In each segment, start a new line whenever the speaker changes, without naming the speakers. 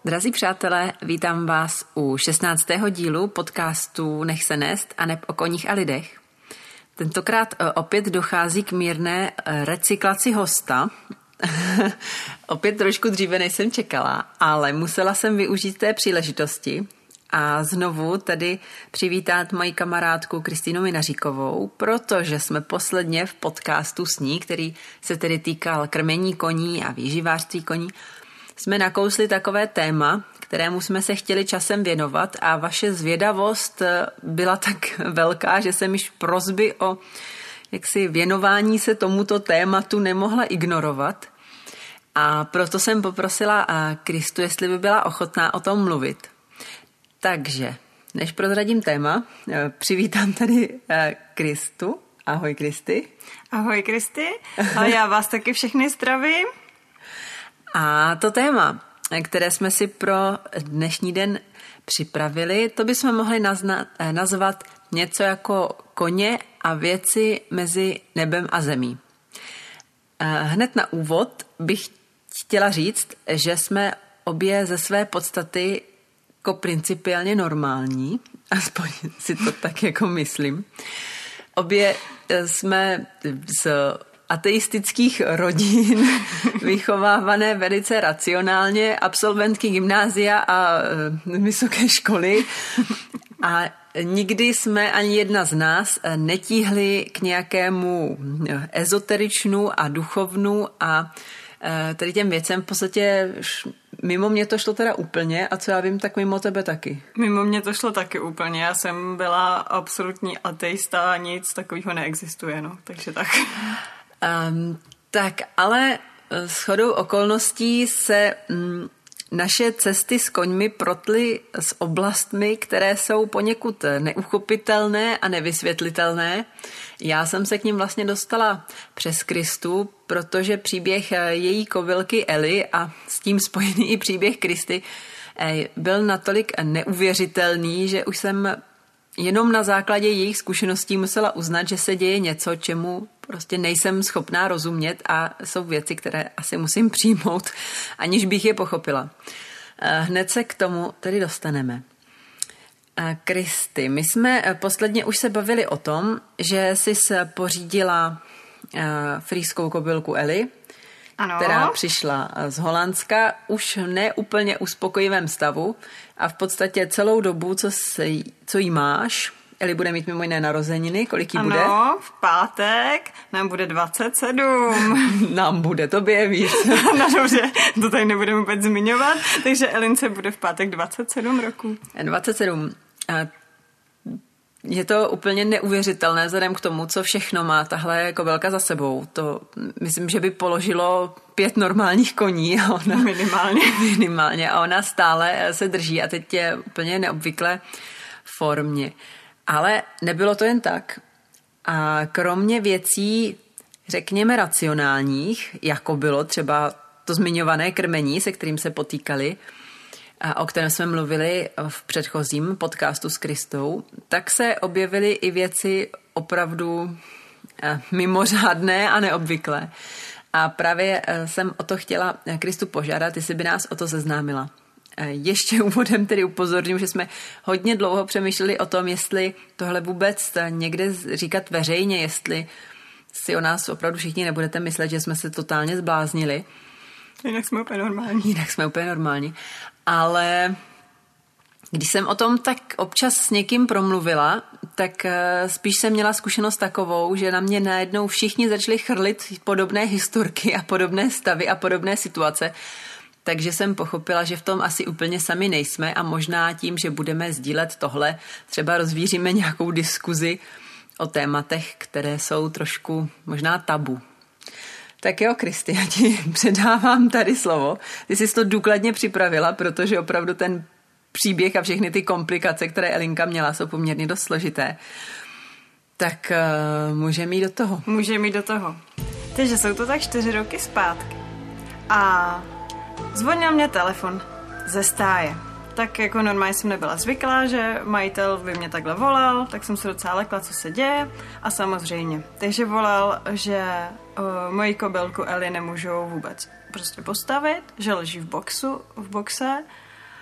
Drazí přátelé, vítám vás u 16. dílu podcastu Nech se nést a neb o koních a lidech. Tentokrát opět dochází k mírné recyklaci hosta. Opět trošku dříve, než jsem čekala, ale musela jsem využít té příležitosti a znovu tady přivítat moji kamarádku Kristýnu Minaříkovou, protože jsme posledně v podcastu s ní, který se tedy týkal krmení koní a výživářství koní, jsme nakousli takové téma, kterému jsme se chtěli časem věnovat a vaše zvědavost byla tak velká, že jsem již prosby o věnování se tomuto tématu nemohla ignorovat. A proto jsem poprosila Kristu, jestli by byla ochotná o tom mluvit. Takže, než prozradím téma, přivítám tady Kristu. Ahoj, Kristy.
Ahoj, Kristy. A já vás taky všechny zdravím.
A to téma, které jsme si pro dnešní den připravili, to bychom mohli nazvat něco jako koně a věci mezi nebem a zemí. Hned na úvod bych chtěla říct, že jsme obě ze své podstaty jako principiálně normální, aspoň si to tak jako myslím. Obě jsme z ateistických rodin, vychovávané velice racionálně, absolventky gymnázia a vysoké školy. A nikdy jsme ani jedna z nás netíhli k nějakému ezoteričnu a duchovnu a tady těm věcem v podstatě mimo mě to šlo teda úplně a co já vím, tak mimo tebe taky.
Mimo mě to šlo taky úplně. Já jsem byla absolutní ateista a nic takového neexistuje, no. Takže tak.
Tak, ale shodou okolností se naše cesty s koňmi protly s oblastmi, které jsou poněkud neuchopitelné a nevysvětlitelné. Já jsem se k nim vlastně dostala přes Kristu, protože příběh její kobylky Eli a s tím spojený i příběh Kristy byl natolik neuvěřitelný, že už jsem jenom na základě jejich zkušeností musela uznat, že se děje něco, čemu prostě nejsem schopná rozumět a jsou věci, které asi musím přijmout, aniž bych je pochopila. Hned se k tomu tedy dostaneme. Kristy, my jsme posledně už se bavili o tom, že jsi pořídila frýskou kobylku Eli, ano, která přišla z Holandska, už ne úplně uspokojivém stavu a v podstatě celou dobu, co jí máš. Eli bude mít mimo jiné narozeniny, kolik jí bude?
Ano, v pátek nám bude 27.
Nám bude, tobě víc.
No dobře, to tady nebudeme vůbec zmiňovat, takže Elince bude v pátek 27 roku.
27. Je to úplně neuvěřitelné vzhledem k tomu, co všechno má tahle kobylka za sebou. To myslím, že by položilo 5 normálních koní. A ona, minimálně. A ona stále se drží a teď je úplně neobvyklé formě. Ale nebylo to jen tak. A kromě věcí, řekněme, racionálních, jako bylo třeba to zmiňované krmení, se kterým se potýkali, a o kterém jsme mluvili v předchozím podcastu s Kristou, tak se objevily i věci opravdu mimořádné a neobvyklé. A právě jsem o to chtěla Kristu požádat, jestli by nás o to seznámila. Ještě úvodem tedy upozorňuji, že jsme hodně dlouho přemýšleli o tom, jestli tohle vůbec někde říkat veřejně, jestli si o nás opravdu všichni nebudete myslet, že jsme se totálně zbláznili.
Jinak jsme úplně normální.
Ale když jsem o tom tak občas s někým promluvila, tak spíš jsem měla zkušenost takovou, že na mě najednou všichni začali chrlit podobné historky a podobné stavy a podobné situace. Takže jsem pochopila, že v tom asi úplně sami nejsme a možná tím, že budeme sdílet tohle, třeba rozvíříme nějakou diskuzi o tématech, které jsou trošku možná tabu. Tak jo, Kristi, já ti předávám tady slovo. Ty jsi to důkladně připravila, protože opravdu ten příběh a všechny ty komplikace, které Elinka měla, jsou poměrně dost složité. Tak můžeme jít do toho.
Takže jsou to tak 4 roky zpátky. A zvonil mě telefon ze stáje. Tak jako normálně jsem nebyla zvyklá, že majitel by mě takhle volal, tak jsem se docela lekla, co se děje. A samozřejmě. Takže volal, že moji kobylku Eli nemůžou vůbec prostě postavit, že leží v boxe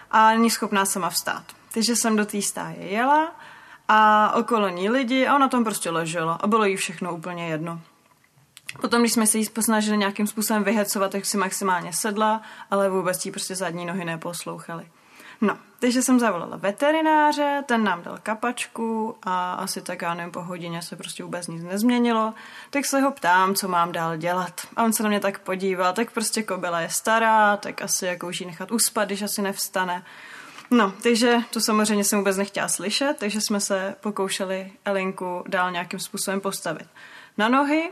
a není schopná sama vstát. Takže jsem do té stáje jela a okolo ní lidi a ona tam prostě ležela a bylo jí všechno úplně jedno. Potom, když jsme se jí snažili nějakým způsobem vyhecovat, tak si maximálně sedla, ale vůbec jí prostě zadní nohy neposlouchaly. No, takže jsem zavolala veterináře, ten nám dal kapačku a asi tak, já nevím, po hodině se prostě vůbec nic nezměnilo, tak se ho ptám, co mám dál dělat. A on se na mě tak podíval, tak prostě kobila je stará, tak asi jako už jí nechat uspat, když asi nevstane. No, takže to samozřejmě jsem vůbec nechtěla slyšet, takže jsme se pokoušeli Elinku dál nějakým způsobem postavit na nohy.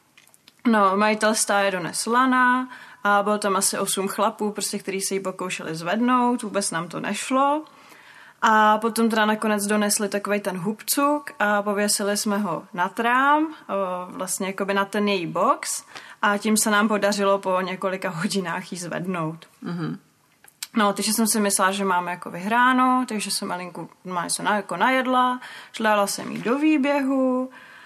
No, majitel stáje dones lana a bylo tam asi 8 chlapů, prostě, kteří se jí pokoušeli zvednout, vůbec nám to nešlo. A potom teda nakonec donesli takovej ten hubcuk a pověsili jsme ho na trám, vlastně jakoby na ten její box a tím se nám podařilo po několika hodinách jí zvednout. Mm-hmm. No, takže jsem si myslela, že máme jako vyhráno, takže jsem Elinku jako najedla, šla jsem jí do výběhu,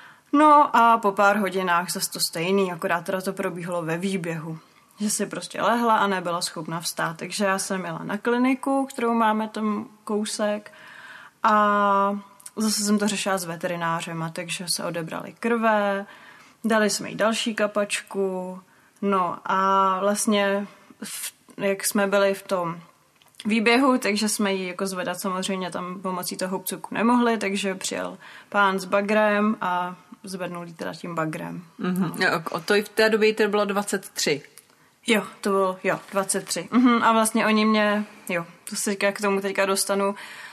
no a po pár hodinách zase to stejný, akorát teda to probíhalo ve výběhu. Že si prostě lehla a nebyla schopna vstát. Takže já jsem jela na kliniku, kterou máme tam kousek a zase jsem to řešila s veterinářem, takže se odebrali krve, dali jsme jí další kapačku, no a vlastně jak jsme byli v tom výběhu, takže jsme ji jako zvedat samozřejmě tam pomocí toho hubcuku nemohli, takže přijel pán s bagrem a zvednul jí teda tím bagrem.
Mm-hmm. No. To i v té době to bylo 23.
Jo, to bylo, 23. A vlastně oni mě, to se říká, k tomu teďka dostanu,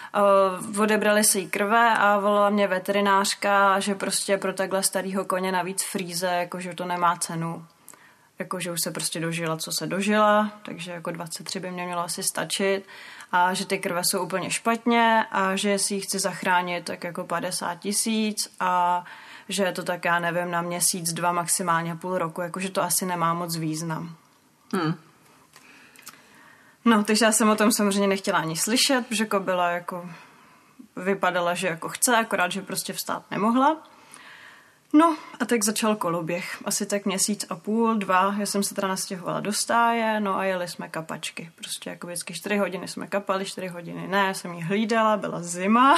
odebrali si jí krve a volala mě veterinářka, že prostě pro takhle starýho koně navíc frýze, jakože to nemá cenu. Jakože už se prostě dožila, co se dožila, takže jako 23 by mě mělo asi stačit a že ty krve jsou úplně špatně a že si ji chci zachránit tak jako 50 000 a že je to tak, já nevím, na měsíc, 2, maximálně půl roku, jakože to asi nemá moc význam. No, takže já jsem o tom samozřejmě nechtěla ani slyšet, protože kobila jako vypadala, že jako chce, akorát, že prostě vstát nemohla. No a tak začal koloběh, asi tak 1,5 měsíce, 2, já jsem se teda nastěhovala do stáje, no a jeli jsme kapačky, prostě jako vždycky 4 hodiny jsme kapali, 4 hodiny ne, já jsem jí hlídala, byla zima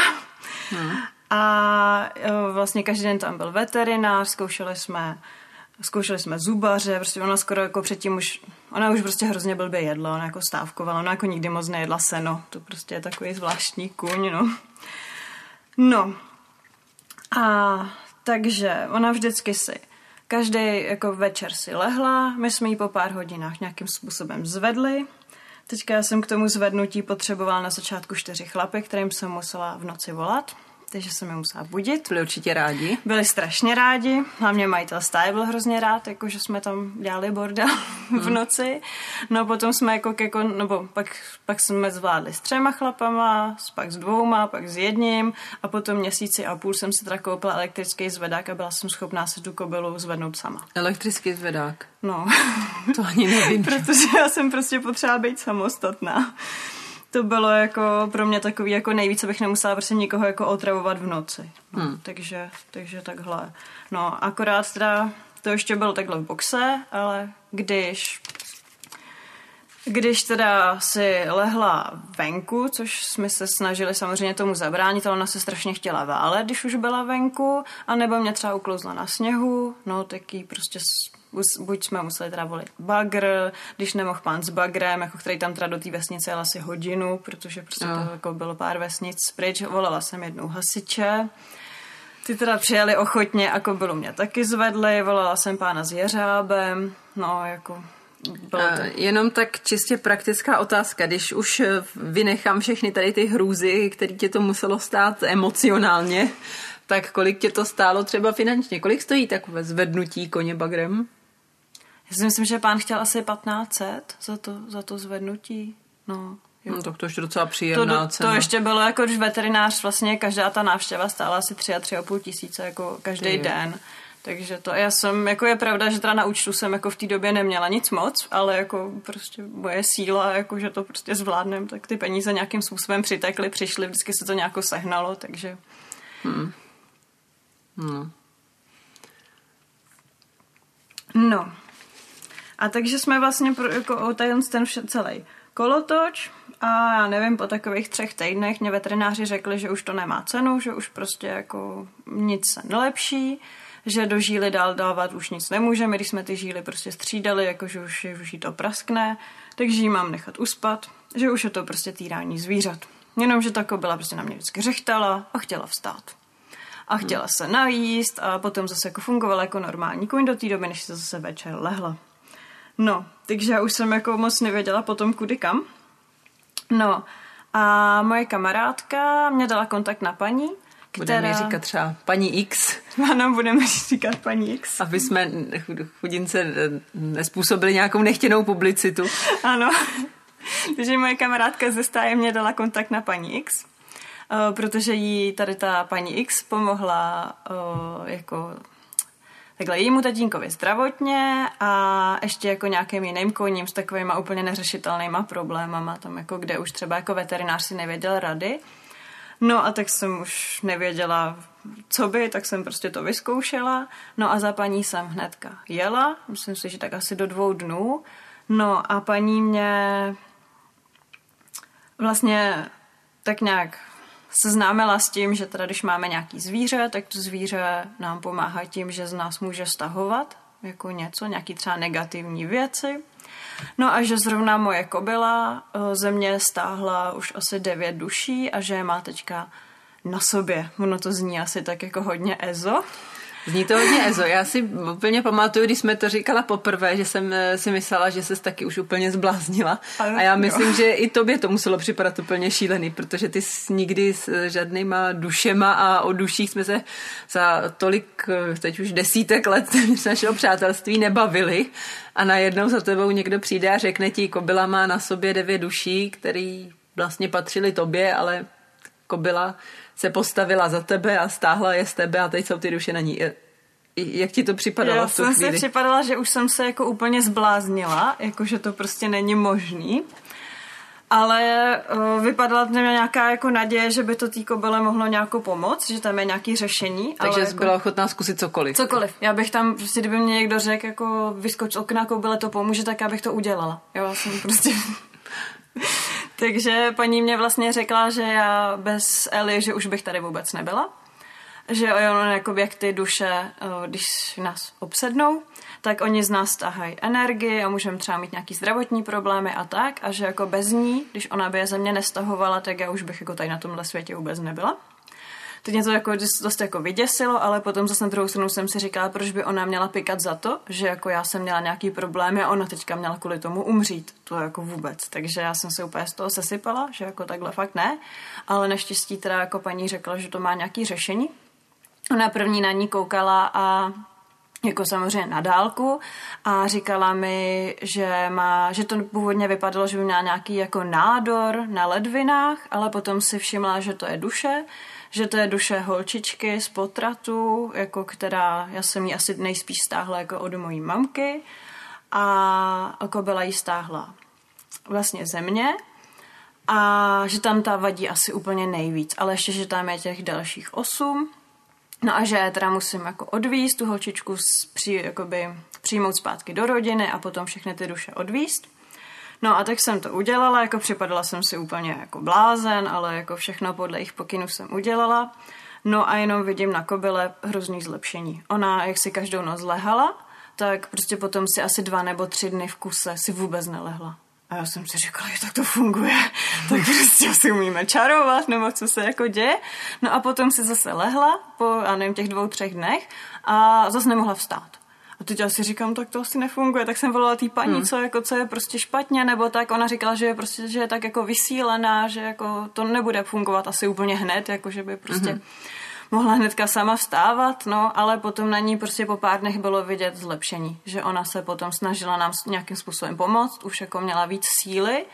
a vlastně každý den tam byl veterinář, zkoušeli jsme zubaře, prostě ona skoro jako předtím ona už prostě hrozně blbě jedla, ona jako stávkovala, ona jako nikdy moc nejedla seno, to prostě je takový zvláštní kůň, no. No a takže ona vždycky každý jako večer si lehla, my jsme ji po pár hodinách nějakým způsobem zvedli. Teďka já jsem k tomu zvednutí potřebovala na začátku 4 chlapy, kterým jsem musela v noci volat, takže jsem je musela budit.
Byli určitě rádi.
Byli strašně rádi, hlavně majitel stáje byl hrozně rád, jakože jsme tam dělali bordel v noci. No potom jsme pak jsme zvládli s 3 chlapama, pak s 2, pak s 1 a potom 1,5 měsíce jsem si teda koupila elektrický zvedák a byla jsem schopná se tu kobylu zvednout sama.
Elektrický zvedák?
No.
To ani nevím.
Protože já jsem prostě potřeba být samostatná. To bylo jako pro mě takový jako nejvíc, abych nemusela prostě nikoho jako otravovat v noci. No, takže takhle. No, akorát teda to ještě bylo takhle v boxe, ale když teda si lehla venku, což jsme se snažili samozřejmě tomu zabránit, ale ona se strašně chtěla válet, když už byla venku, anebo mě třeba uklouzla na sněhu, no tak jí prostě buď jsme museli teda volit bagr, když nemohl pán s bagrem, jako který tam teda do té vesnice jel asi hodinu, protože prostě to jako bylo pár vesnic pryč, volala jsem jednou hasiče. Ty teda přijeli ochotně a kobylu mě taky zvedli, volala jsem pána s jeřábem, no jako...
Jenom tak čistě praktická otázka, když už vynechám všechny tady ty hrůzy, které tě to muselo stát emocionálně, tak kolik tě to stálo třeba finančně? Kolik stojí takové zvednutí koně bagrem?
Já si myslím, že pán chtěl asi 1500 za to zvednutí. No,
tak to ještě docela příjemná cena.
To ještě bylo jako, když veterinář vlastně každá ta návštěva stála asi 3 a 3,5 tisíce jako každý den. Takže to já jsem, jako je pravda, že teda na účtu jsem jako v té době neměla nic moc, ale jako prostě moje síla, jako že to prostě zvládnem, tak ty peníze nějakým způsobem přišly, vždycky se to nějako sehnalo, takže... No. A takže jsme vlastně jako ten celý kolotoč a já nevím, po takových 3 týdnech mě veterináři řekli, že už to nemá cenu, že už prostě jako nic se nelepší, že do žíly dál dávat už nic nemůžeme, když jsme ty žíly prostě střídali, jakože už jí to praskne, takže jí mám nechat uspat, že už je to prostě týrání zvířat. Jenomže ta kobila prostě na mě vždycky řechtala a chtěla vstát. A chtěla se najíst a potom zase jako fungovala jako normální kuň do té doby, než se zase večer lehla. No, takže já už jsem jako moc nevěděla potom kudy kam. No a moje kamarádka mě dala kontakt na paní, která...
Budeme říkat třeba paní X.
Ano, budeme říkat paní X.
Aby jsme chudince nespůsobili nějakou nechtěnou publicitu.
Ano, takže moje kamarádka ze stáje mě dala kontakt na paní X, protože jí tady ta paní X pomohla jako takhle jejímu tatínkovi zdravotně a ještě jako nějakým jiným koním s takovýma úplně neřešitelnýma problémama, tam jako kde už třeba jako veterinář si nevěděl rady. No a tak jsem už nevěděla, co by, tak jsem prostě to vyzkoušela. No a za paní jsem hnedka jela, myslím si, že tak asi do 2 dnů. No a paní mě vlastně tak nějak seznámila s tím, že teda když máme nějaký zvíře, tak to zvíře nám pomáhá tím, že z nás může stahovat jako něco, nějaký třeba negativní věci. No a že zrovna moje kobila ze mě stáhla už asi 9 duší a že je má teďka na sobě. Ono to zní asi tak jako hodně ezo.
Zní to hodně ezo. Já si úplně pamatuju, když jsme to říkala poprvé, že jsem si myslela, že ses taky už úplně zbláznila. A já myslím, že i tobě to muselo připadat úplně šílený, protože ty jsi nikdy s žádnýma dušema a o duších jsme se za tolik, teď už desítek let našeho přátelství nebavili a najednou za tebou někdo přijde a řekne ti, kobila má na sobě 9 duší, který vlastně patřily tobě, ale kobila se postavila za tebe a stáhla je z tebe a teď jsou ty duše na ní. Jak ti to připadalo
Já
v tu chvíli?
Já jsem si připadala, že už jsem se jako úplně zbláznila, jako že to prostě není možný. Ale vypadala to nějaká jako naděje, že by to té kobyle mohlo nějakou pomoct, že tam je nějaký řešení.
Takže
ale
jsi
jako...
byla ochotná zkusit cokoliv.
Cokoliv. Já bych tam, prostě kdyby mě někdo řekl, jako vyskoč z okna, kobyle to pomůže, tak já bych to udělala. Jo, já jsem prostě... Takže paní mě vlastně řekla, že já bez Eli, že už bych tady vůbec nebyla. Že ono, jakoby, jak ty duše, když nás obsednou, tak oni z nás tahají energii a můžeme třeba mít nějaký zdravotní problémy a tak. A že jako bez ní, když ona by je ze mě nestahovala, tak já už bych jako tady na tomhle světě vůbec nebyla. Teď mě to jako dost jako vyděsilo, ale potom zase na druhou stranu jsem si říkala, proč by ona měla pikat za to, že jako já jsem měla nějaký problémy a ona teďka měla kvůli tomu umřít. To jako vůbec. Takže já jsem se úplně z toho sesypala, že jako takhle fakt ne. Ale naštěstí teda jako paní řekla, že to má nějaký řešení. Ona první na ní koukala a jako samozřejmě na dálku a říkala mi, že to původně vypadalo, že by měla nějaký jako nádor na ledvinách, ale potom si všimla, že to je duše holčičky z potratu, jako která, já jsem ji asi nejspíš stáhla jako od mojí mamky a kobila jí stáhla vlastně ze mě a že tam ta vadí asi úplně nejvíc, ale ještě, že tam je těch dalších 8. No a že teda musím jako odvízt tu holčičku, přijmout zpátky do rodiny a potom všechny ty duše odvízt. No a tak jsem to udělala, jako připadala jsem si úplně jako blázen, ale jako všechno podle jejich pokynů jsem udělala. No a jenom vidím na kobyle hrozný zlepšení. Ona, jak si každou noc lehala, tak prostě potom si asi 2 nebo 3 dny v kuse si vůbec nelehla. A já jsem si říkala, že tak to funguje, tak prostě si umíme čarovat, nebo co se jako děje. No a potom si zase lehla po, já nevím, těch 2-3 dnech a zase nemohla vstát. A teď já si říkám, tak to asi nefunguje, tak jsem volala té paní, co je prostě špatně, nebo tak. Ona říkala, že je tak jako vysílená, že jako to nebude fungovat asi úplně hned, jako že by prostě mohla hnedka sama vstávat, no, ale potom na ní prostě po pár dnech bylo vidět zlepšení, že ona se potom snažila nám nějakým způsobem pomoct, už jako měla víc síly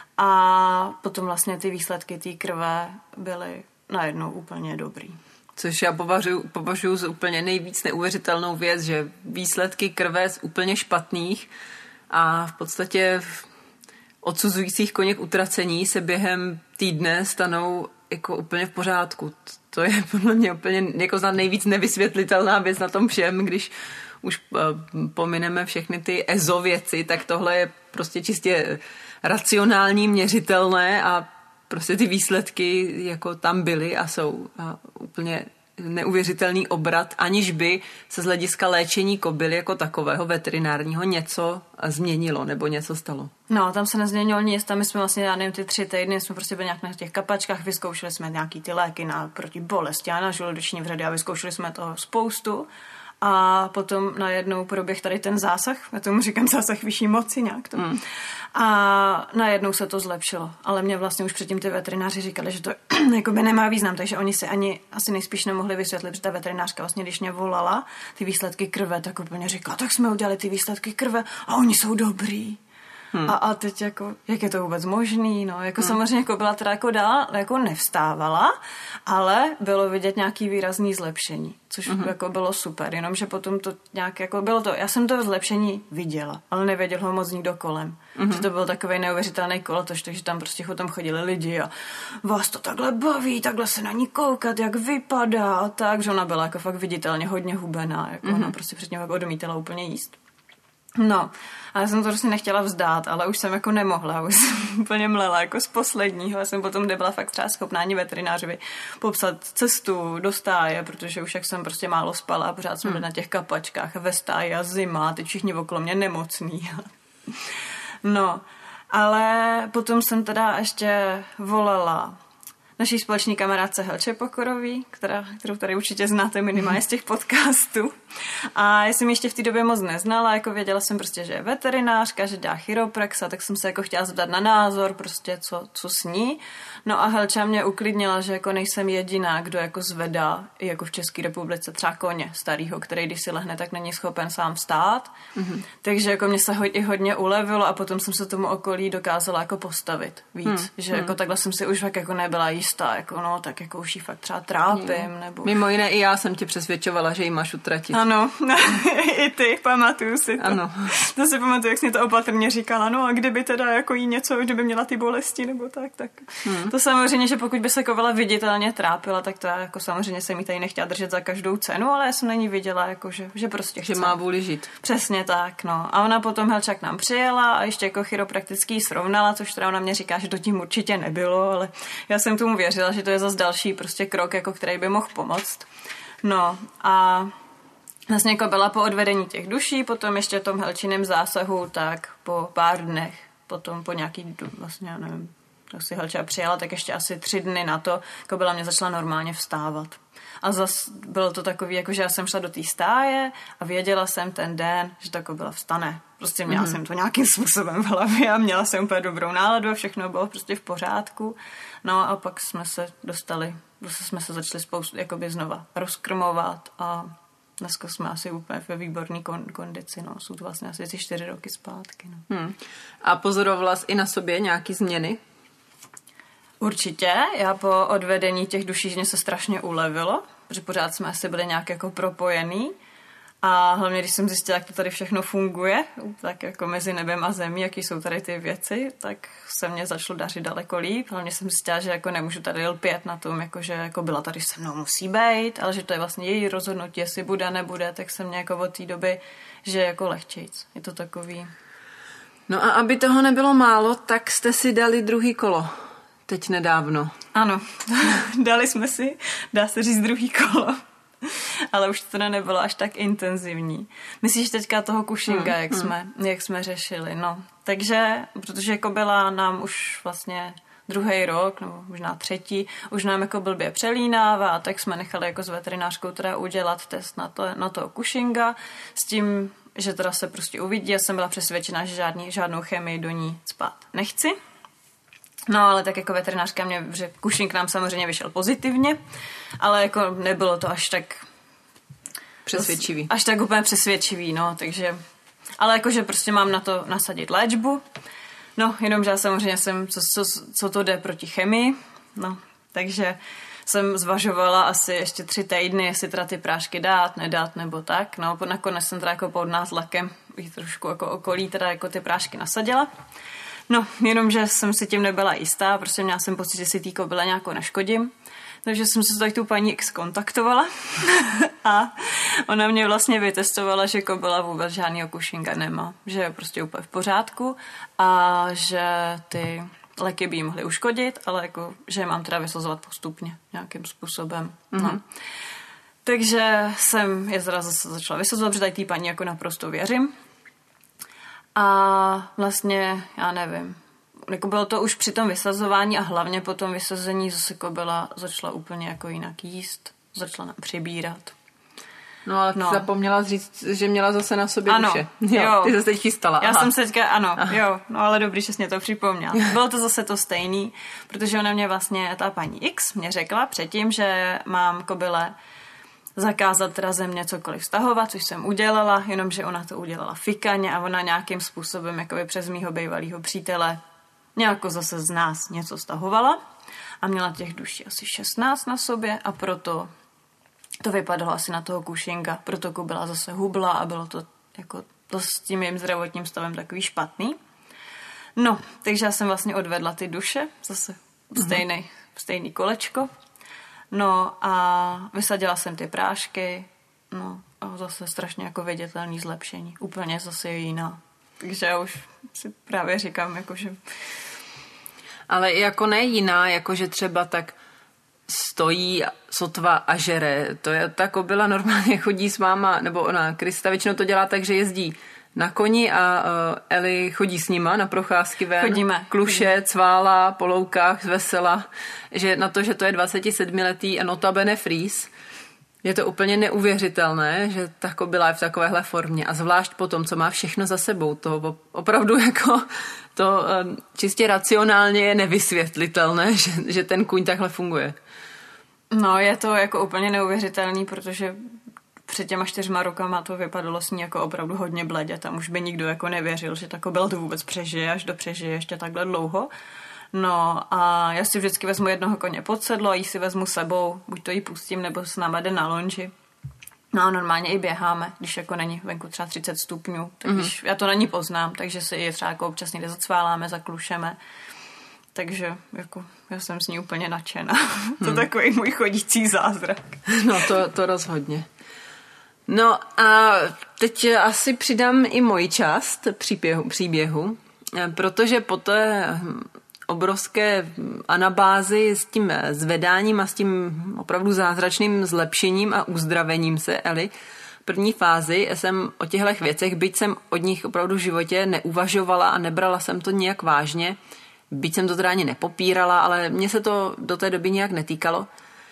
a potom vlastně ty výsledky té krve byly najednou úplně dobrý.
Což já považuji za úplně nejvíc neuvěřitelnou věc, že výsledky krve z úplně špatných a v podstatě odsuzujících koně k utracení se během týdne stanou jako úplně v pořádku. To je podle mě úplně jako nejvíc nevysvětlitelná věc na tom všem, když už pomineme všechny ty EZO věci, tak tohle je prostě čistě racionální, měřitelné a prostě ty výsledky jako tam byly a jsou a úplně neuvěřitelný obrat, aniž by se z hlediska léčení kobily jako takového veterinárního něco změnilo nebo něco stalo.
No, tam se nezměnilo nic, tam my jsme vlastně, já nevím, ty 3 týdny jsme prostě byli nějak na těch kapačkách, vyzkoušeli jsme nějaký ty léky proti bolesti a na žaludeční vředy a vyzkoušeli jsme toho spoustu. A potom najednou proběh tady ten zásah, já tomu říkám zásah vyšší moci nějak to. A najednou se to zlepšilo. Ale mě vlastně už předtím ty veterináři říkali, že to jakoby nemá význam, takže oni si ani asi nejspíš nemohli vysvětlit, že ta veterinářka vlastně, když mě volala ty výsledky krve, tak úplně říkala, tak jsme udělali ty výsledky krve a oni jsou dobrý. A teď jako, jak je to vůbec možný, no, jako samozřejmě jako byla teda jako dál, jako nevstávala, ale bylo vidět nějaký výrazný zlepšení, což jako bylo super, jenomže potom to nějak jako bylo to, já jsem to zlepšení viděla, ale nevěděl ho moc nikdo kolem, že to byl takovej neuvěřitelný kolotoč, takže tam prostě o tom chodili lidi a vás to takhle baví, takhle se na ní koukat, jak vypadá a tak, že ona byla jako fakt viditelně hodně hubená, jako ona prostě předtím jako odmítala úplně jíst. No, a já jsem to prostě nechtěla vzdát, ale už jsem jako nemohla, už jsem úplně mlela jako z posledního. Já jsem potom nebyla fakt třeba schopná ani veterinářovi popsat cestu do stáje, protože už jak jsem prostě málo spala a pořád jsme byli na těch kapačkách a ve stáji a zima a teď všichni okolo mě nemocní. No, ale potom jsem teda ještě volala naší společní kamarádce Helče Pokorový, kterou tady určitě znáte minimálně z těch podcastů. A já jsem ještě v té době moc neznala, jako věděla jsem prostě, že je veterinářka, že dělá chiropraxa, tak jsem se jako chtěla zeptat na názor, prostě co s ní. No a Helča mě uklidnila, že jako nejsem jediná, kdo jako zvedá i jako v České republice třeba koně starýho, který když si lehne, tak není schopen sám vstát. Takže jako mě se i hodně ulevilo a potom jsem se tomu okolí dokázala jako postavit víc, že jako takhle jsem si už fakt jako nebyla jistá, jako no, tak jako už jí fakt třeba trápím, nebo...
Mimo jiné i já jsem tě přesvědčovala, že jí máš utratit.
Ano, i ty, pamatuju si to.
Ano.
To si pamatuju, jak jsi mě to opatrně říkala, no a kdyby teda jako jí něco, kdyby měla ty bolesti, nebo tak. To samozřejmě, že pokud by se kovala viditelně trápila, tak to já jako samozřejmě jsem jí tady nechtěla držet za každou cenu, ale já jsem na ní viděla, jako, že prostě chce.
Že má vůli žít.
Přesně tak, no. A ona potom Helča k nám přijela a ještě jako chiropraktický srovnala, což teda ona mě říká, že to tím určitě nebylo, ale já jsem tomu věřila, že to je zase další prostě krok, jako který by mohl pomoct. No a vlastně jako byla po odvedení těch duší, potom ještě tom Helčiném zásahu, tak po pár dnech, potom po nějaký, vlastně já nevím, tak si Helča přijala, tak ještě asi 3 dny na to, jako byla mě začala normálně vstávat. A zase bylo to takový, jako že já jsem šla do té stáje a věděla jsem ten den, že to jako byla vstane. Prostě měla jsem to nějakým způsobem v hlavě a měla jsem úplně dobrou náladu a všechno bylo prostě v pořádku. No a pak jsme se dostali, zase jsme se začali jakoby znova rozkrmovat a dneska jsme asi úplně ve výborné kondici, no. Jsou to vlastně asi 4 roky zpátky, no.
A pozorovala jsi i na sobě nějaký změny?
Určitě, já po odvedení těch duší mě se strašně ulevilo, protože pořád jsme asi byli nějak jako propojený a hlavně, když jsem zjistila, jak to tady všechno funguje, tak jako mezi nebem a zemí, jaký jsou tady ty věci, tak se mě začalo dařit daleko líp. Hlavně jsem zjistila, že jako nemůžu tady lpět na tom, jako že jako byla tady se mnou, musí být, ale že to je vlastně její rozhodnutí, jestli bude, nebude, tak se mě jako od té doby, že je jako lehčejc. Je to takový.
No a aby toho nebylo málo, tak jste si dali druhý kolo. Teď nedávno.
Ano, dali jsme si, dá se říct, druhý kolo. Ale už to teda nebylo až tak intenzivní. Myslíš teďka toho Cushinga, jak jsme řešili, no. Takže, protože jako byla nám už vlastně 2. rok, nebo možná 3, už nám jako blbě přelínává, tak jsme nechali jako s veterinářkou teda udělat test na toho Cushinga s tím, že teda se prostě uvidí. Já jsem byla přesvědčená, že žádnou chemii do ní spát nechci. No, ale tak jako veterinářka mě, že Cushing nám samozřejmě vyšel pozitivně, ale jako nebylo to až tak
přesvědčivý.
Až tak úplně přesvědčivý, no, takže, ale jakože prostě mám na to nasadit léčbu, no, jenomže já samozřejmě jsem, co to jde proti chemii, no, takže jsem zvažovala asi ještě 3 týdny, jestli teda ty prášky dát, nedat, nebo tak, no, nakonec jsem teda jako pod nátlakem trošku jako okolí teda jako ty prášky nasadila. No, jenomže jsem si tím nebyla jistá, prostě měla jsem pocit, že si té kobyle nějakou neškodím, Takže jsem se tak tu paní X kontaktovala a ona mě vlastně vytestovala, že kobila vůbec žádnýho Cushinga nemá, že je prostě úplně v pořádku a že ty léky by jí mohly uškodit, ale jako, že je mám teda vysazovat postupně nějakým způsobem. No. Takže jsem je zase začala vysazovat, protože tady té paní jako naprosto věřím. A vlastně, já nevím, jako bylo to už při tom vysazování a hlavně po tom vysazení zase kobila začala úplně jako jinak jíst, začala nám přibírat.
No ale ty zapomněla říct, že měla zase na sobě duše. Jo, ty se teď chystala.
Já jsem se teďka, jo, no ale dobrý, že jsi mě to připomněla. Bylo to zase to stejný, protože ona mě vlastně, ta paní X mě řekla předtím, že mám kobyle zakázat teda ze mě cokoliv stahovat, což jsem udělala, jenomže ona to udělala fikaně a ona nějakým způsobem jakoby přes mýho bývalýho přítele nějako zase z nás něco stahovala a měla těch duší asi 16 na sobě a proto to vypadalo asi na toho Cushinga, proto byla zase hubla a bylo to jako to s tím jejím zdravotním stavem takový špatný. No, takže já jsem vlastně odvedla ty duše, zase stejný kolečko. No a vysadila jsem ty prášky, no a zase strašně jako viditelný zlepšení. Úplně zase je jiná. Takže já už si právě říkám, jakože...
Ale jako ne jiná, jakože třeba tak stojí sotva a žere. To je ta kobila normálně chodí s váma, nebo ona, Krista většinou to dělá tak, že jezdí na koni a Eli chodí s nima na procházky ven.
Chodíme.
Kluše, cvála, po loukách, zvesela. Že na to, že to je 27letý a notabene frýs, je to úplně neuvěřitelné, že ta kobila je v takovéhle formě. A zvlášť po tom, co má všechno za sebou. To opravdu jako to čistě racionálně je nevysvětlitelné, že ten kůň takhle funguje.
No, je to jako úplně neuvěřitelný, protože před těma 4 rokama to vypadalo s ní jako opravdu hodně bledě. Tam už by nikdo jako nevěřil, že ta kobila to vůbec přežije, až přežije ještě takhle dlouho. No a já si vždycky vezmu jednoho koně pod sedlo a jí si vezmu sebou, buď to jí pustím, nebo s náma jde na lonži. No a normálně i běháme, když jako není venku třeba 30 stupňů, tak když já to na ní poznám, takže si ji třeba jako občas někde zacváláme, zaklušeme. Takže jako já jsem s ní úplně nadšená. To je takový můj chodící zázrak.
No to rozhodně. No a teď asi přidám i moji část příběhu, protože po té obrovské anabázi s tím zvedáním a s tím opravdu zázračným zlepšením a uzdravením se Eli, v první fázi jsem o těchto věcech, byť jsem od nich opravdu v životě neuvažovala a nebrala jsem to nějak vážně, byť jsem to teda ani nepopírala, ale mně se to do té doby nějak netýkalo,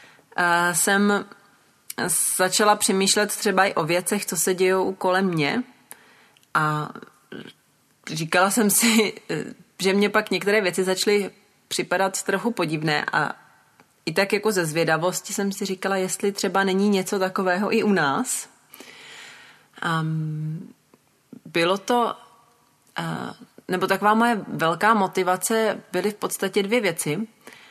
jsem začala přemýšlet třeba i o věcech, co se dějou kolem mě a říkala jsem si, že mě pak některé věci začaly připadat trochu podivné a i tak jako ze zvědavosti jsem si říkala, jestli třeba není něco takového i u nás. Bylo to, nebo taková moje velká motivace byly v podstatě 2 věci.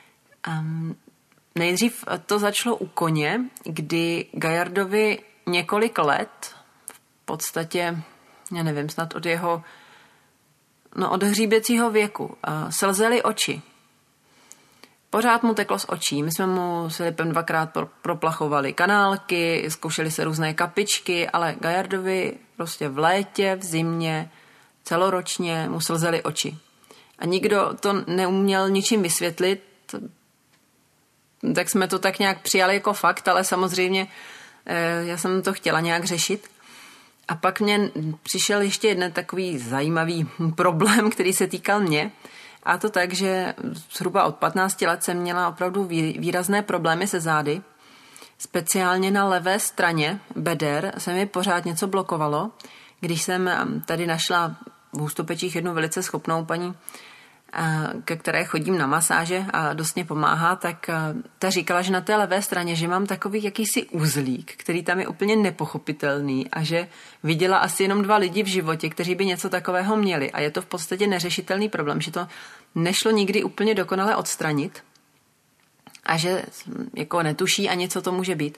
Nejdřív to začalo u koně, kdy Gajardovi několik let, v podstatě, já nevím, snad od jeho, od hříběcího věku, slzely oči. Pořád mu teklo z očí. My jsme mu s Filipem 2krát proplachovali kanálky, zkoušeli se různé kapičky, ale Gajardovi prostě v létě, v zimě, celoročně mu slzely oči. A nikdo to neuměl ničím vysvětlit, tak jsme to tak nějak přijali jako fakt, ale samozřejmě já jsem to chtěla nějak řešit. A pak mě přišel ještě jeden takový zajímavý problém, který se týkal mě. A to tak, že zhruba od 15 let jsem měla opravdu výrazné problémy se zády. Speciálně na levé straně beder se mi pořád něco blokovalo. Když jsem tady našla v Hustopečích jednu velice schopnou paní, ke které chodím na masáže a dost mě pomáhá, tak ta říkala, že na té levé straně, že mám takový jakýsi uzlík, který tam je úplně nepochopitelný a že viděla asi jenom 2 lidi v životě, kteří by něco takového měli a je to v podstatě neřešitelný problém, že to nešlo nikdy úplně dokonale odstranit a že jako netuší ani, co to může být.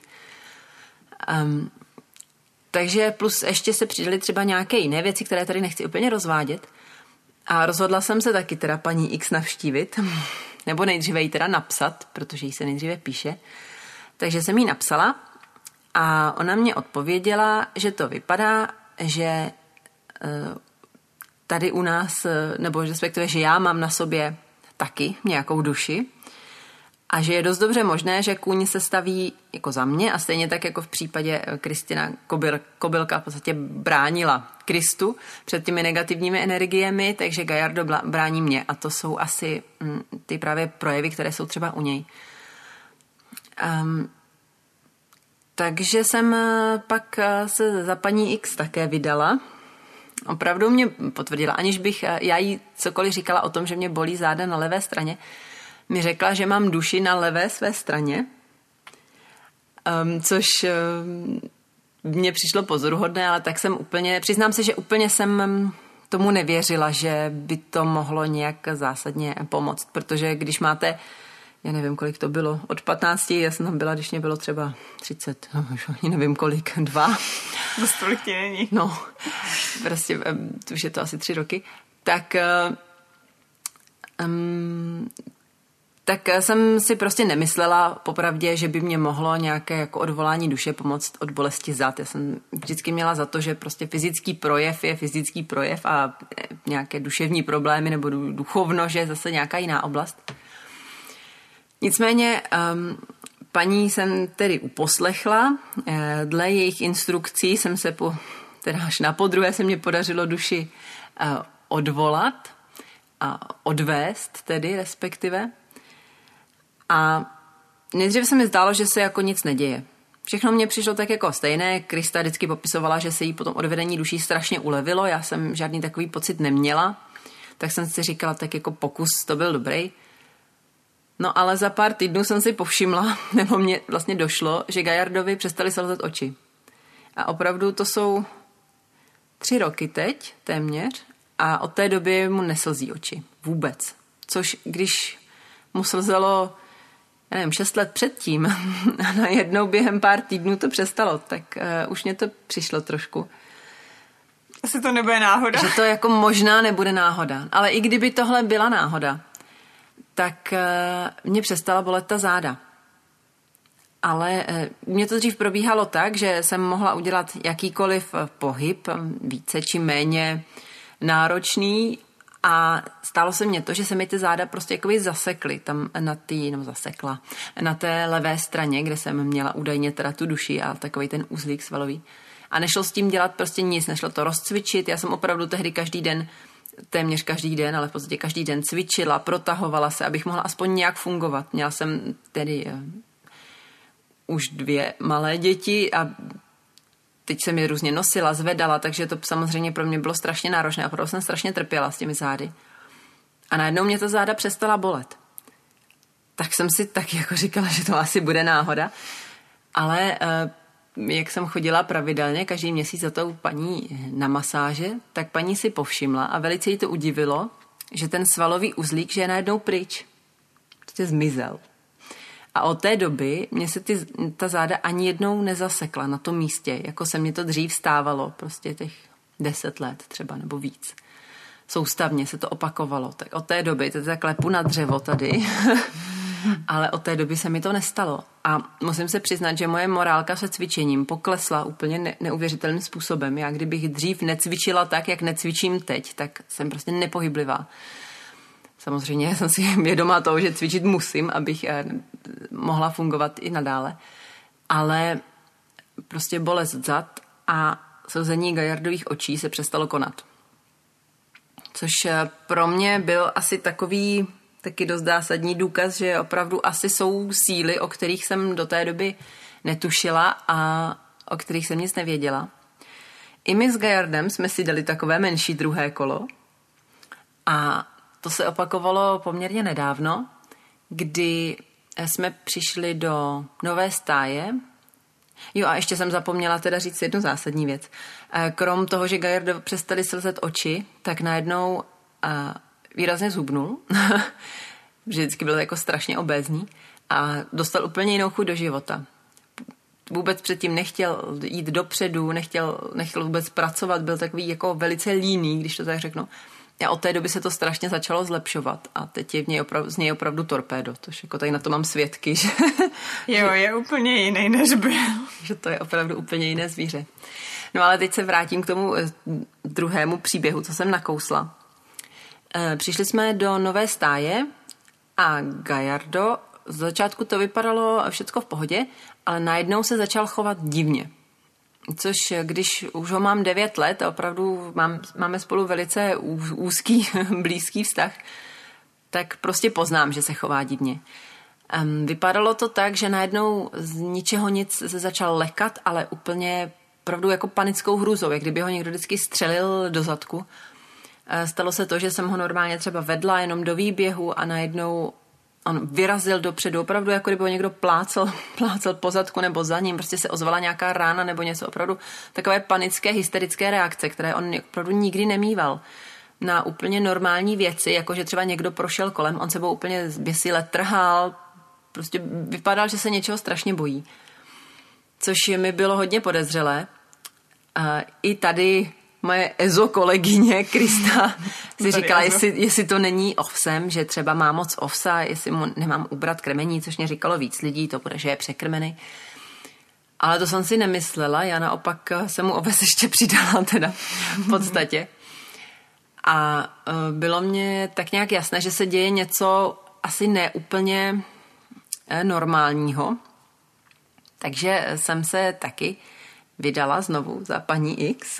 Takže plus ještě se přidaly třeba nějaké jiné věci, které tady nechci úplně rozvádět. A rozhodla jsem se taky teda paní X navštívit. nebo nejdříve jí teda napsat, protože jí se nejdříve píše. Takže jsem jí napsala a ona mě odpověděla, že to vypadá, že tady u nás, nebo respektive, že já mám na sobě taky nějakou duši a že je dost dobře možné, že kůň se staví jako za mě a stejně tak jako v případě Kristina Kobylka v podstatě bránila Kristu před těmi negativními energiemi, takže Gajardo brání mě a to jsou asi ty právě projevy, které jsou třeba u něj. Takže jsem pak se za paní X také vydala. Opravdu mě potvrdila, aniž bych já jí cokoliv říkala o tom, že mě bolí záda na levé straně, mi řekla, že mám duši na levé své straně, což mně přišlo pozoruhodné, ale tak jsem přiznám se, že úplně jsem tomu nevěřila, že by to mohlo nějak zásadně pomoct, protože když máte, já nevím, kolik to bylo, od 15, já jsem tam byla, když mě bylo třeba 30, ani nevím kolik, 2.
Dost tolik ti není.
No, prostě už je to asi 3 roky, tak jsem si prostě nemyslela popravdě, že by mě mohlo nějaké jako odvolání duše pomoct od bolesti zad. Já jsem vždycky měla za to, že prostě fyzický projev je fyzický projev a nějaké duševní problémy nebo duchovno, že je zase nějaká jiná oblast. Nicméně paní jsem tedy uposlechla. Dle jejich instrukcí jsem se teda až na podruhé se mě podařilo duši odvolat a odvést tedy respektive. A nejdřív se mi zdálo, že se jako nic neděje. Všechno mně přišlo tak jako stejné. Krista vždycky popisovala, že se jí po tom odvedení duší strašně ulevilo. Já jsem žádný takový pocit neměla. Tak jsem si říkala, tak jako pokus to byl dobrý. No ale za pár týdnů jsem si povšimla, nebo mě vlastně došlo, že Gajardovi přestali slzet oči. A opravdu to jsou 3 roky teď, téměř, a od té doby mu neslzí oči. Vůbec. Což když mu slzelo, já nevím, 6 let předtím a najednou během pár týdnů to přestalo, tak už mě to přišlo trošku.
Asi to nebude náhoda.
Že to jako možná nebude náhoda. Ale i kdyby tohle byla náhoda, tak mě přestala bolet ta záda. Ale mě to dřív probíhalo tak, že jsem mohla udělat jakýkoliv pohyb, více či méně náročný, a stalo se mně to, že se mi ty záda prostě jakoby zasekly tam na té levé straně, kde jsem měla údajně teda tu duši a takový ten uzlík svalový. A nešlo s tím dělat prostě nic, nešlo to rozcvičit. Já jsem opravdu tehdy téměř každý den, ale v podstatě každý den cvičila, protahovala se, abych mohla aspoň nějak fungovat. Měla jsem tedy už 2 malé děti a teď jsem je různě nosila, zvedala, takže to samozřejmě pro mě bylo strašně náročné a opravdu jsem strašně trpěla s těmi zády. A najednou mě ta záda přestala bolet. Tak jsem si tak jako říkala, že to asi bude náhoda. Ale jak jsem chodila pravidelně každý měsíc za tou paní na masáže, tak paní si povšimla a velice jí to udivilo, že ten svalový uzlík, že je najednou pryč. Prostě zmizel. A od té doby mě se ta záda ani jednou nezasekla na tom místě, jako se mě to dřív stávalo, prostě těch 10 let třeba nebo víc. Soustavně se to opakovalo. Tak od té doby, teď klepu na dřevo tady, ale od té doby se mi to nestalo. A musím se přiznat, že moje morálka se cvičením poklesla úplně neuvěřitelným způsobem. Já kdybych dřív necvičila tak, jak necvičím teď, tak jsem prostě nepohyblivá. Samozřejmě jsem si vědomá toho, že cvičit musím, abych mohla fungovat i nadále. Ale prostě bolest zad a slzení Gajardových očí se přestalo konat. Což pro mě byl asi takový taky dost zásadní důkaz, že opravdu asi jsou síly, o kterých jsem do té doby netušila a o kterých jsem nic nevěděla. I my s Gajardem jsme si dali takové menší druhé kolo a to se opakovalo poměrně nedávno, kdy jsme přišli do nové stáje. Jo, a ještě jsem zapomněla teda říct jednu zásadní věc. Krom toho, že Gajardo přestali slzet oči, tak najednou výrazně zhubnul. Vždycky byl jako strašně obézní a dostal úplně jinou chuť do života. Vůbec předtím nechtěl jít dopředu, nechtěl vůbec pracovat, byl takový jako velice líný, když to tak řeknu. A od té doby se to strašně začalo zlepšovat a teď je z něj opravdu torpédo, tož jako tady na to mám svědky, že...
Jo, je úplně jiný, než byl.
Že to je opravdu úplně jiné zvíře. No ale teď se vrátím k tomu druhému příběhu, co jsem nakousla. Přišli jsme do nové stáje a Gallardo, z začátku to vypadalo všecko v pohodě, ale najednou se začal chovat divně. Což když už ho mám 9 let a opravdu máme spolu velice úzký, blízký vztah, tak prostě poznám, že se chová divně. Vypadalo to tak, že najednou z ničeho nic se začal lekat, ale úplně opravdu jako panickou hrůzou, jak kdyby ho někdo vždycky střelil do zadku. Stalo se to, že jsem ho normálně třeba vedla jenom do výběhu a najednou on vyrazil dopředu, opravdu jako kdyby ho někdo plácel po zadku nebo za ním, prostě se ozvala nějaká rána nebo něco, opravdu takové panické, hysterické reakce, které on opravdu nikdy nemýval. Na úplně normální věci, jako že třeba někdo prošel kolem, on sebou úplně zběsile trhal, prostě vypadal, že se něčeho strašně bojí. Což mi bylo hodně podezřelé. I tady moje EZO kolegyně Krista si říkala, jestli to není ovsem, že třeba má moc ovsa, jestli mu nemám ubrat krmení, což mě říkalo víc lidí, to bude, že je překrmený. Ale to jsem si nemyslela, já naopak jsem mu oves ještě přidala teda v podstatě. A bylo mně tak nějak jasné, že se děje něco asi neúplně normálního. Takže jsem se taky vydala znovu za paní X.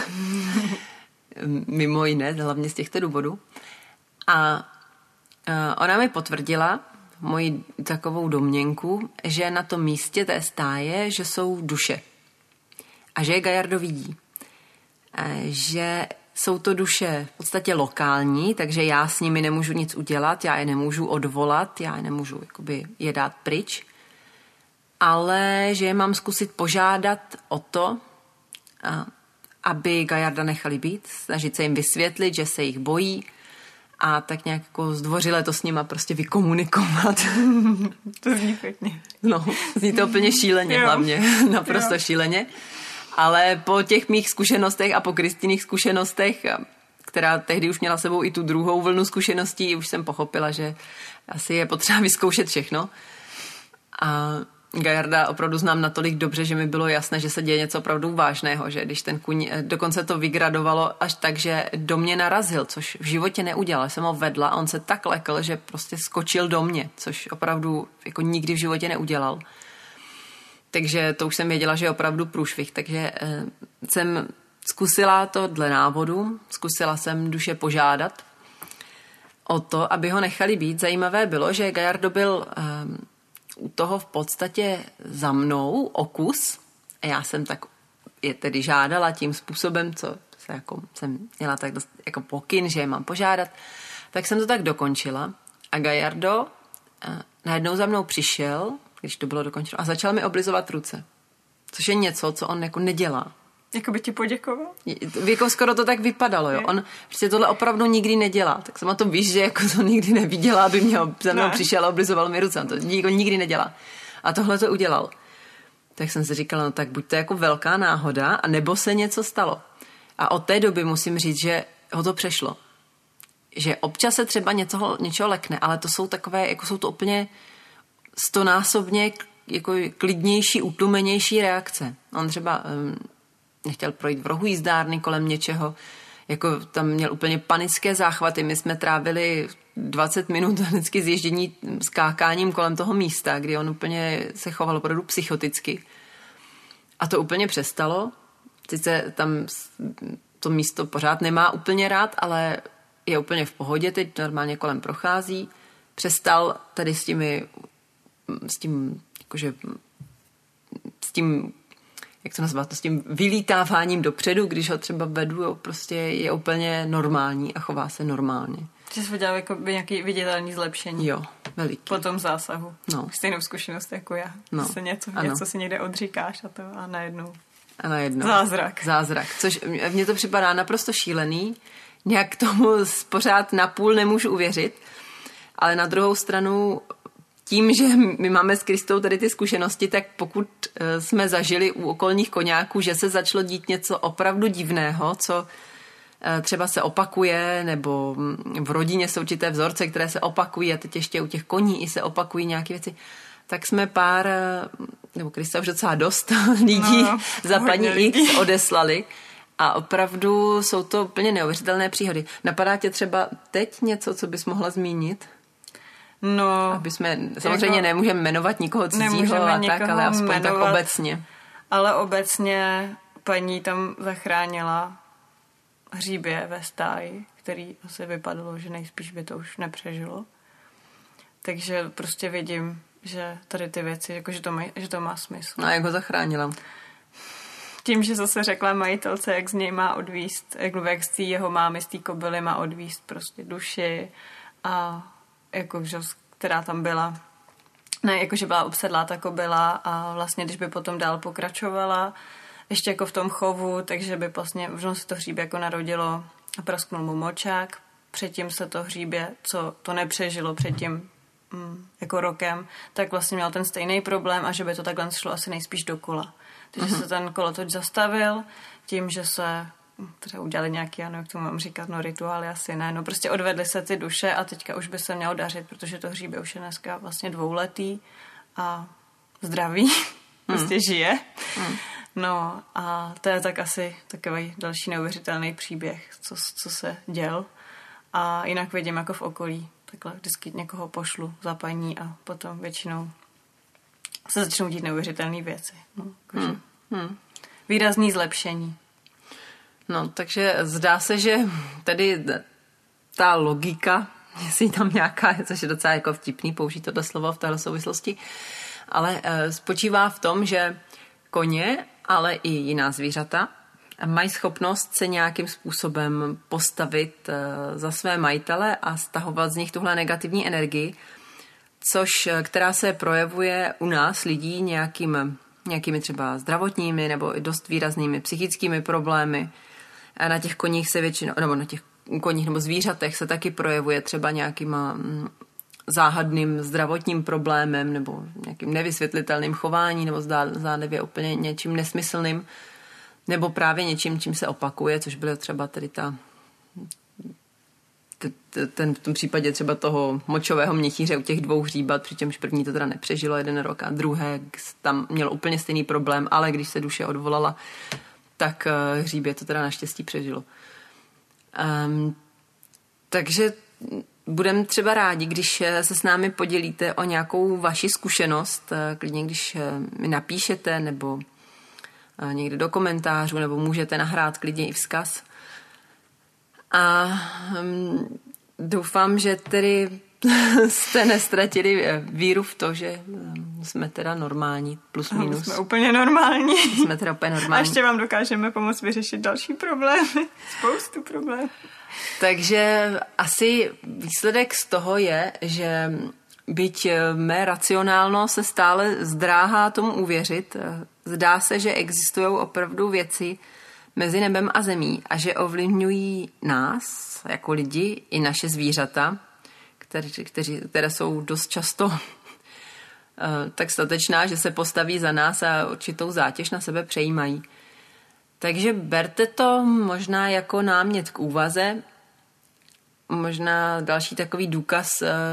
Mimo jiné, hlavně z těchto důvodů. A ona mi potvrdila moji takovou domněnku, že na tom místě té stáje, že jsou duše. A že je Gallardo vidí. Že jsou to duše v podstatě lokální, takže já s nimi nemůžu nic udělat, já je nemůžu odvolat, já je nemůžu jakoby je dát pryč, ale že je mám zkusit požádat o to, aby Gallarda nechali být, snažit se jim vysvětlit, že se jich bojí a tak nějak jako zdvořile to s nima prostě vykomunikovat.
To zní pěkně.
No, zní to úplně šíleně hlavně, naprosto šíleně. Ale po těch mých zkušenostech a po Kristiných zkušenostech, která tehdy už měla sebou i tu druhou vlnu zkušeností, už jsem pochopila, že asi je potřeba vyzkoušet všechno. A Gallarda opravdu znám natolik dobře, že mi bylo jasné, že se děje něco opravdu vážného, že když ten kuň, dokonce to vygradovalo až tak, že do mě narazil, což v životě neudělal. Jsem ho vedla a on se tak lekl, že prostě skočil do mě, což opravdu jako nikdy v životě neudělal. Takže to už jsem věděla, že je opravdu průšvih. Takže jsem zkusila to dle návodu, zkusila jsem duše požádat o to, aby ho nechali být. Zajímavé bylo, že Gallardo byl u toho v podstatě za mnou o kus. A já jsem tak je tedy žádala tím způsobem, co se jako jsem měla tak dost jako pokyn, že je mám požádat. Tak jsem to tak dokončila. A Gallardo najednou za mnou přišel, když to bylo dokončeno, a začal mi oblizovat ruce. Což je něco, co on jako nedělá.
Jako by ti poděkoval?
Jako skoro to tak vypadalo, jo. On prostě tohle opravdu nikdy nedělá. Tak sama to víš, že jako to nikdy neviděla, aby mě za mnou přišel a oblizoval mi ruce. On to nikdy nedělá. A tohle to udělal. Tak jsem si říkala, no tak buď to jako velká náhoda, a nebo se něco stalo. A od té doby musím říct, že ho to přešlo. Že občas se třeba něčeho lekne, ale to jsou takové, jako jsou to úplně 100násobně jako klidnější, utlumenější reakce. On třeba nechtěl projít v rohu jízdárny kolem něčeho, jako tam měl úplně panické záchvaty. My jsme trávili 20 minut vždycky zježdění skákáním kolem toho místa, kdy on úplně se choval opravdu psychoticky. A to úplně přestalo. Sice tam to místo pořád nemá úplně rád, ale je úplně v pohodě, teď normálně kolem prochází. Přestal tady s tím, jak to nazvat, s tím vylítáváním dopředu, když ho třeba vedu, jo, prostě je úplně normální a chová se normálně.
Že jsi udělal jako by nějaký viditelný zlepšení.
Jo, veliký.
Po tom zásahu.
No.
Stejnou zkušenost jako já.
No.
Se něco si někde odříkáš a najednou. Zázrak.
Což mně to připadá naprosto šílený. Nějak tomu pořád napůl nemůžu uvěřit. Ale na druhou stranu tím, že my máme s Kristou tady ty zkušenosti, tak pokud jsme zažili u okolních koňáků, že se začalo dít něco opravdu divného, co třeba se opakuje, nebo v rodině jsou určité vzorce, které se opakují a teď ještě u těch koní i se opakují nějaké věci, tak jsme nebo Krista už docela dost lidí za paní X odeslali a opravdu jsou to úplně neuvěřitelné příhody. Napadá tě třeba teď něco, co bys mohla zmínit?
No,
aby jsme, samozřejmě nemůžeme jmenovat nikoho cizího a tak, ale aspoň jmenovat, tak obecně.
Ale obecně paní tam zachránila hříbě ve stáji, který asi vypadalo, že nejspíš by to už nepřežilo. Takže prostě vidím, že tady ty věci, jako že to má smysl.
A jak ho zachránila?
Tím, že zase řekla majitelce, jak z něj má odvíst, jak z té jeho mámy, z té kobily má odvíst prostě duši a jako, která tam byla. Ne, jakože byla obsedlá ta kobila a vlastně, když by potom dál pokračovala, ještě jako v tom chovu, takže by vlastně, už se to hříbě jako narodilo a prasknul mu močák. Předtím se to hříbě, co to nepřežilo předtím jako rokem, tak vlastně měl ten stejný problém a že by to takhle šlo asi nejspíš do kola. Takže se ten kolotoč zastavil tím, že se třeba udělali nějaký, jak to mám říkat, rituály asi ne, prostě odvedly se ty duše a teďka už by se mělo dařit, protože to hříbě už je dneska vlastně 2letý a zdravý, prostě žije. No a to je tak asi takový další neuvěřitelný příběh, co se děl. A jinak vidím jako v okolí, takhle vždycky někoho pošlu za paní a potom většinou se začnou dít neuvěřitelné věci. Výrazný zlepšení.
No, takže zdá se, že tady ta logika, jestli tam nějaká, což je docela jako vtipný použít tohle slovo v téhle souvislosti, ale spočívá v tom, že koně, ale i jiná zvířata mají schopnost se nějakým způsobem postavit za své majitele a stahovat z nich tuhle negativní energii, která se projevuje u nás lidí nějakými třeba zdravotními nebo i dost výraznými psychickými problémy. A na těch koních se většinou, nebo na těch koních nebo zvířatech se taky projevuje třeba nějakým záhadným zdravotním problémem nebo nějakým nevysvětlitelným chování nebo zdánlivě úplně něčím nesmyslným nebo právě něčím, čím se opakuje, což bylo třeba tady v tom případě třeba toho močového měchýře u těch 2 hříbat, přičemž první to teda nepřežilo 1 rok a druhé tam mělo úplně stejný problém, ale když se duše odvolala, tak hříbě to teda naštěstí přežilo. Takže budeme třeba rádi, když se s námi podělíte o nějakou vaši zkušenost, klidně když mi napíšete nebo někde do komentářů, nebo můžete nahrát klidně i vzkaz. A doufám, že tedy jste nestratili víru v to, že jsme teda normální, plus minus.
Jsme úplně normální.
Jsme teda úplně normální.
A ještě vám dokážeme pomoct vyřešit další problémy. Spoustu problémů.
Takže asi výsledek z toho je, že byť mé racionálno se stále zdráhá tomu uvěřit, zdá se, že existují opravdu věci mezi nebem a zemí a že ovlivňují nás jako lidi i naše zvířata, které jsou dost často tak statečná, že se postaví za nás a určitou zátěž na sebe přejímají. Takže berte to možná jako námět k úvaze, možná další takový důkaz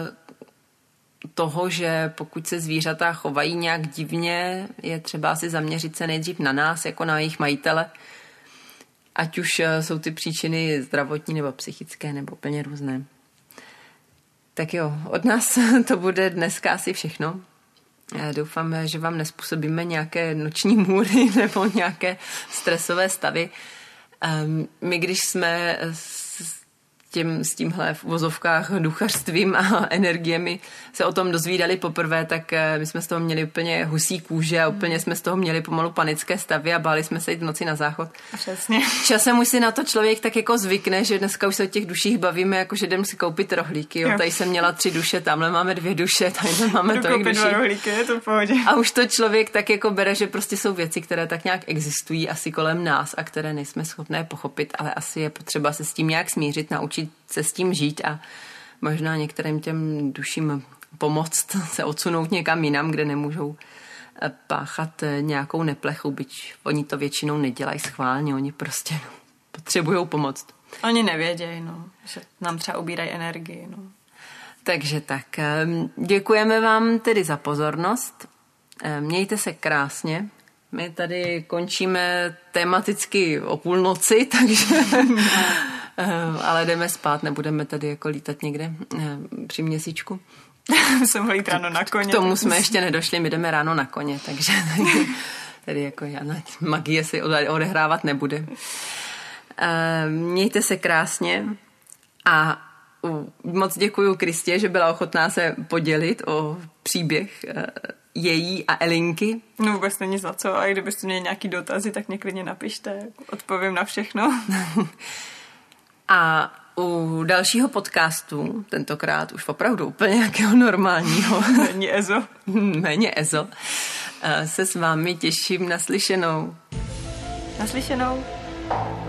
toho, že pokud se zvířata chovají nějak divně, je třeba si zaměřit se nejdřív na nás, jako na jejich majitele, ať už jsou ty příčiny zdravotní nebo psychické nebo úplně různé. Tak jo, od nás to bude dneska asi všechno. Doufám, že vám nezpůsobíme nějaké noční můry nebo nějaké stresové stavy. My, když jsme s tímhle v uvozovkách duchařstvím a energiemi se o tom dozvídali poprvé, tak my jsme z toho měli úplně husí kůže a úplně jsme z toho měli pomalu panické stavy a báli jsme se jít v noci na záchod.
Přesně.
Časem už si na to člověk tak jako zvykne, že dneska už se o těch duších bavíme, jako že jdem si koupit rohlíky. Jo. Tady jsem měla 3 duše, tamhle máme 2 duše, tady máme tolik duší.
2 rohlíky, je to v pohodě.
A už to člověk tak jako bere, že prostě jsou věci, které tak nějak existují asi kolem nás a které nejsme schopné pochopit, ale asi je potřeba se s tím nějak smířit, naučit se s tím žít a možná některým těm duším pomoct se odsunout někam jinam, kde nemůžou páchat nějakou neplechu, byť oni to většinou nedělají schválně, oni prostě potřebují pomoct.
Oni nevědějí, no, že nám třeba ubírají energii. No.
Takže tak, děkujeme vám tedy za pozornost. Mějte se krásně. My tady končíme tematicky o půlnoci, takže ale jdeme spát, nebudeme tady jako lítat někde při měsíčku.
Jsem mohli jít ráno na koně.
K tomu jsme ještě nedošli, my jdeme ráno na koně, takže tady jako žádná magie si odehrávat nebude. Mějte se krásně a moc děkuju Kristě, že byla ochotná se podělit o příběh její a Elinky.
No vůbec není za co, a kdybyste měli nějaký dotazy, tak mě klidně napište, odpovím na všechno.
A u dalšího podcastu, tentokrát už opravdu úplně nějakého normálního.
Méně EZO.
Méně EZO. Se s vámi těším naslyšenou.
Naslyšenou.